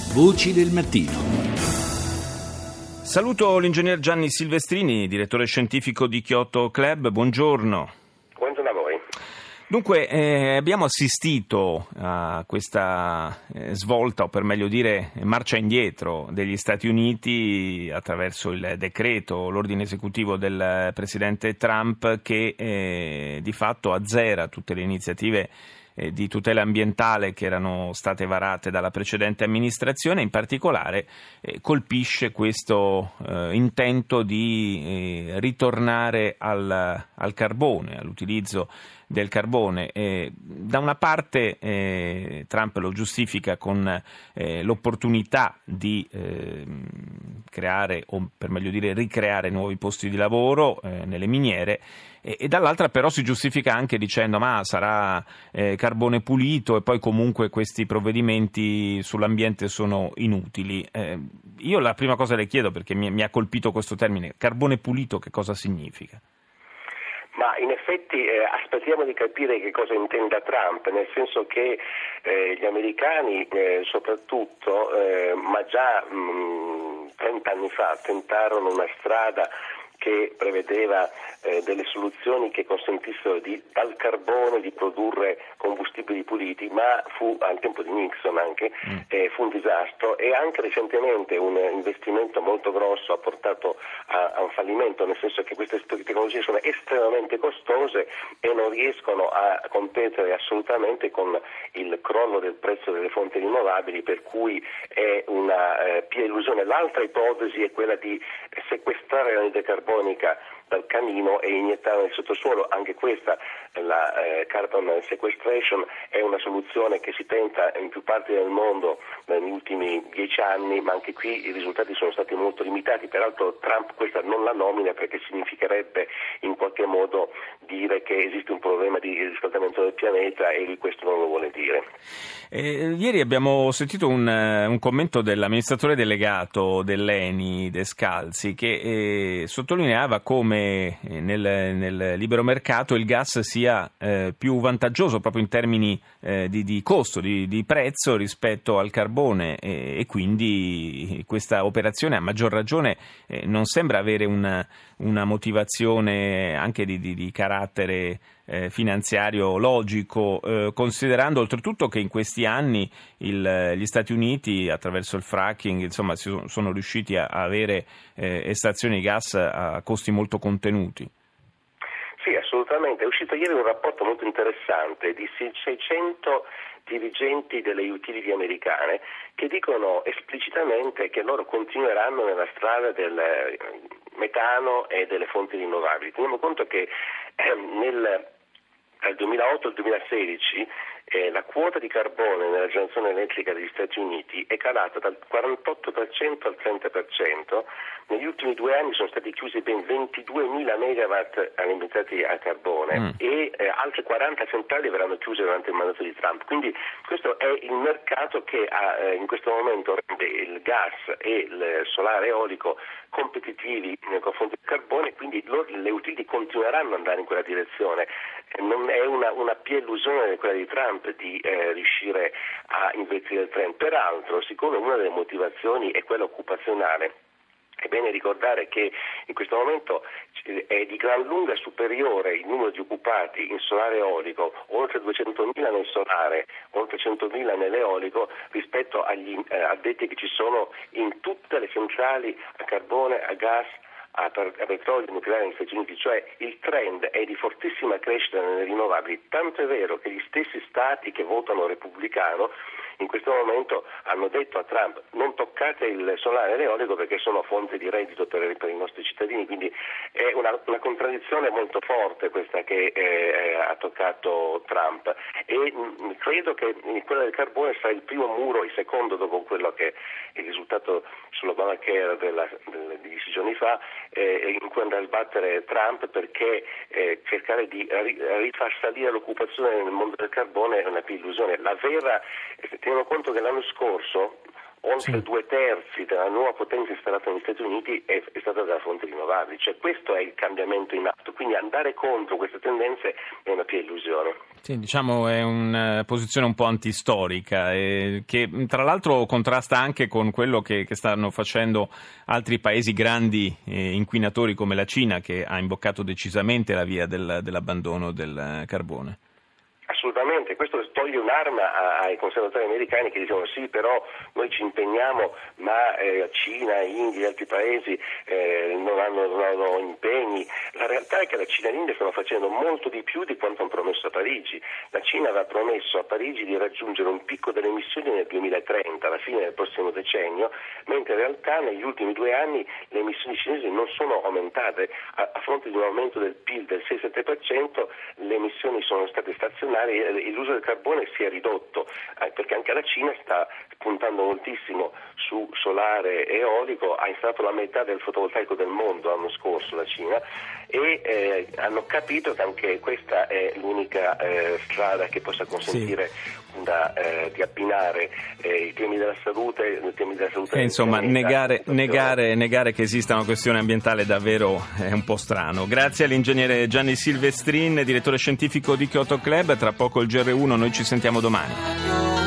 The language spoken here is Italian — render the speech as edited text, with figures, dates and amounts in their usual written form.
Voci del mattino. Saluto l'ingegner Gianni Silvestrini, direttore scientifico di Kyoto Club. Buongiorno. Buongiorno a voi. Dunque, abbiamo assistito a questa svolta, o per meglio dire marcia indietro degli Stati Uniti attraverso il decreto, l'ordine esecutivo del presidente Trump che di fatto azzera tutte le iniziative di tutela ambientale che erano state varate dalla precedente amministrazione. In particolare colpisce questo intento di ritornare al carbone, all'utilizzo del carbone. Da una parte Trump lo giustifica con l'opportunità di creare, o per meglio dire ricreare nuovi posti di lavoro nelle miniere, e dall'altra però si giustifica anche dicendo ma sarà carbone pulito e poi comunque questi provvedimenti sull'ambiente sono inutili. Io la prima cosa le chiedo, perché mi ha colpito questo termine, carbone pulito che cosa significa? Ma in effetti aspettiamo di capire che cosa intenda Trump, nel senso che gli americani soprattutto, ma già 30 anni fa tentarono una strada che prevedeva delle soluzioni che consentissero dal carbone di produrre combustibili puliti, ma fu al tempo di Nixon anche, fu un disastro, e anche recentemente un investimento molto grosso ha portato a un fallimento, nel senso che queste tecnologie sono estremamente costose e non riescono a competere assolutamente con il crollo del prezzo delle fonti rinnovabili, per cui è una pia illusione. L'altra ipotesi è quella di sequestrare l'anidride carbonica dal camino e iniettarla nel sottosuolo. Anche questa, la carbon sequestration, è una soluzione che si tenta in più parti del mondo negli ultimi 10 anni, ma anche qui i risultati sono stati molto limitati. Peraltro Trump questa non la nomina perché significherebbe in qualche modo dire che esiste un problema di riscaldamento del pianeta, e lui questo non lo vuole dire. Ieri abbiamo sentito un commento dell'amministratore delegato dell'ENI, Descalzi, che sottolineava come nel libero mercato il gas sia più vantaggioso proprio in termini di costo, di prezzo rispetto al carbone, e quindi questa operazione a maggior ragione non sembra avere una motivazione anche di carattere finanziario logico, considerando oltretutto che in questi anni gli Stati Uniti attraverso il fracking insomma sono riusciti a avere estrazioni di gas a costi molto contenuti. Sì, assolutamente. È uscito ieri un rapporto molto interessante di 600 dirigenti delle utility americane che dicono esplicitamente che loro continueranno nella strada del metano e delle fonti rinnovabili. Teniamo conto che dal 2008 al 2016 la quota di carbone nella generazione elettrica degli Stati Uniti è calata dal 48% al 30%. Negli ultimi 2 anni sono stati chiusi ben 22.000 megawatt alimentati a carbone e altre 40 centrali verranno chiuse durante il mandato di Trump. Quindi questo è il mercato che in questo momento rende il gas e il solare eolico competitivi nei confronti del carbone, quindi le utility continueranno ad andare in quella direzione. Non è una pia illusione quella di Trump di riuscire a invertire il trend. Peraltro, siccome una delle motivazioni è quella occupazionale, è bene ricordare che in questo momento è di gran lunga superiore il numero di occupati in solare eolico, oltre 200.000 nel solare, oltre 100.000 nell'eolico, rispetto agli addetti che ci sono in tutte le centrali a carbone, a gas, a petrolio nucleare negli Stati Uniti. Cioè il trend è di fortissima crescita nelle rinnovabili, tanto è vero che gli stessi stati che votano repubblicano in questo momento hanno detto a Trump: non toccate il solare e l'eolico perché sono fonte di reddito per i nostri cittadini. Quindi è una contraddizione molto forte questa che ha toccato Trump, e credo che quella del carbone sarà il primo muro, il secondo dopo quello che è il risultato sull'Obamacare di 10 giorni fa, in cui andrà a sbattere Trump, perché cercare di rifar salire l'occupazione nel mondo del carbone è una più illusione. La vera, teniamo conto che l'anno scorso oltre 2/3 della nuova potenza installata negli Stati Uniti è stata da fonti rinnovabili, cioè questo è il cambiamento in atto, quindi andare contro queste tendenze è una pia illusione. Sì, diciamo è una posizione un po' antistorica, che tra l'altro contrasta anche con quello che stanno facendo altri paesi grandi inquinatori come la Cina, che ha imboccato decisamente la via dell'abbandono del carbone. Assolutamente, questo toglie un'arma ai conservatori americani che dicono sì, però noi ci impegniamo, ma Cina, India e altri paesi non hanno impegni. La realtà è che la Cina e l'India stanno facendo molto di più di quanto hanno promesso a Parigi. La Cina aveva promesso a Parigi di raggiungere un picco delle emissioni nel 2030, alla fine del prossimo decennio, mentre in realtà negli ultimi 2 anni le emissioni cinesi non sono aumentate. A fronte di un aumento del PIL del 6-7%, le emissioni sono state stazionarie e l'uso del carbone si è ridotto, perché anche la Cina sta puntando moltissimo su solare e eolico, ha installato la metà del fotovoltaico del mondo l'anno scorso la Cina, e hanno capito che anche questa è l'unica strada che possa consentire di abbinare i temi della salute, insomma, negare che esista una questione ambientale davvero è un po' strano. Grazie all'ingegnere Gianni Silvestrin, direttore scientifico di Kyoto Club. Tra poco il GR1, noi ci sentiamo domani.